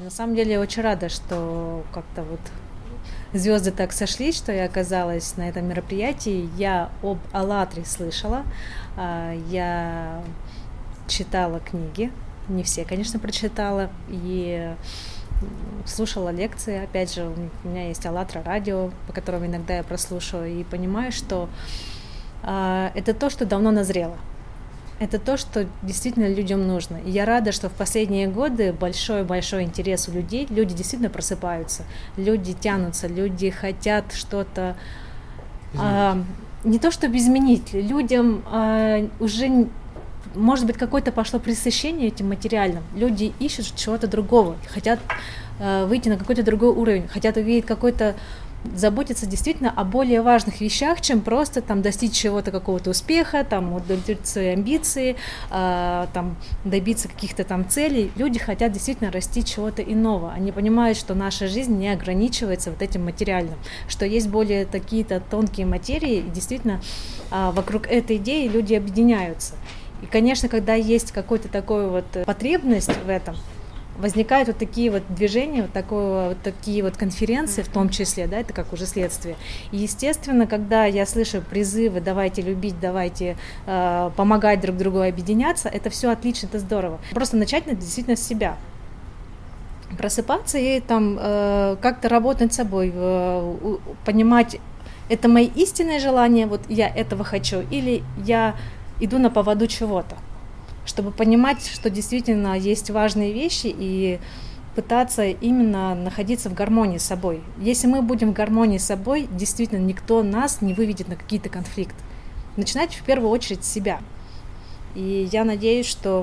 На самом деле я очень рада, что как-то вот звезды так сошлись, что я оказалась на этом мероприятии. Я об «АЛЛАТРе» слышала, я читала книги, не все, конечно, прочитала, и слушала лекции. Опять же, у меня есть «АЛЛАТРА» радио, по которому иногда я прослушиваю, и понимаю, что это то, что давно назрело. Это то, что действительно людям нужно. И я рада, что в последние годы большой-большой интерес у людей. Люди действительно просыпаются, люди тянутся, люди хотят что-то не то чтобы изменить. Людям уже, может быть, какое-то пошло пресыщение этим материальным. Люди ищут чего-то другого, хотят выйти на какой-то другой уровень, хотят увидеть какой-то, заботиться действительно о более важных вещах, чем просто там достичь чего-то, какого-то успеха, там удовлетворить свои амбиции, там добиться каких-то там целей. Люди хотят действительно расти чего-то иного. Они понимают, что наша жизнь не ограничивается вот этим материальным, что есть более такие-то тонкие материи, и действительно вокруг этой идеи люди объединяются. И, конечно, когда есть какой-то такой вот потребность в этом, возникают вот такие вот движения, вот такие вот конференции в том числе, да, это как уже следствие. И, естественно, когда я слышу призывы «давайте любить, давайте помогать друг другу, объединяться», это все отлично, это здорово. Просто начать надо действительно с себя. Просыпаться и там как-то работать над собой, понимать, это мои истинные желания, вот я этого хочу, или я иду на поводу чего-то, чтобы понимать, что действительно есть важные вещи и пытаться именно находиться в гармонии с собой. Если мы будем в гармонии с собой, действительно никто нас не выведет на какие-то конфликты. Начинать в первую очередь с себя. И я надеюсь, что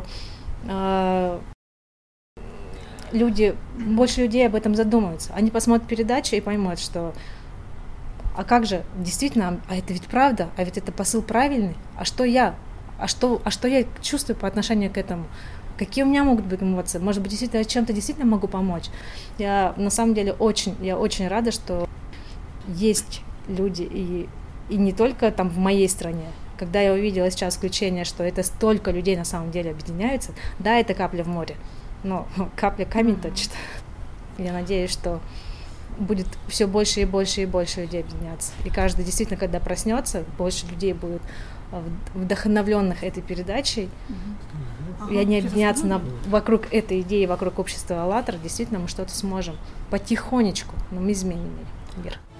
больше людей об этом задумаются. Они посмотрят передачу и поймут, что а как же, действительно, а это ведь правда, а ведь это посыл правильный, а что я чувствую по отношению к этому, какие у меня могут быть эмоции, может быть, действительно, я чем-то действительно могу помочь. Я на самом деле очень рада, что есть люди, и не только там в моей стране. Когда я увидела сейчас включение, что это столько людей на самом деле объединяются, да, это капля в море, но капля камень точит. Я надеюсь, что будет все больше и больше и больше людей объединяться. И каждый действительно, когда проснется, больше людей будет вдохновленных этой передачей, и они объединятся вокруг этой идеи, вокруг общества «АЛЛАТРА», действительно мы что-то сможем потихонечку, но мы изменим мир.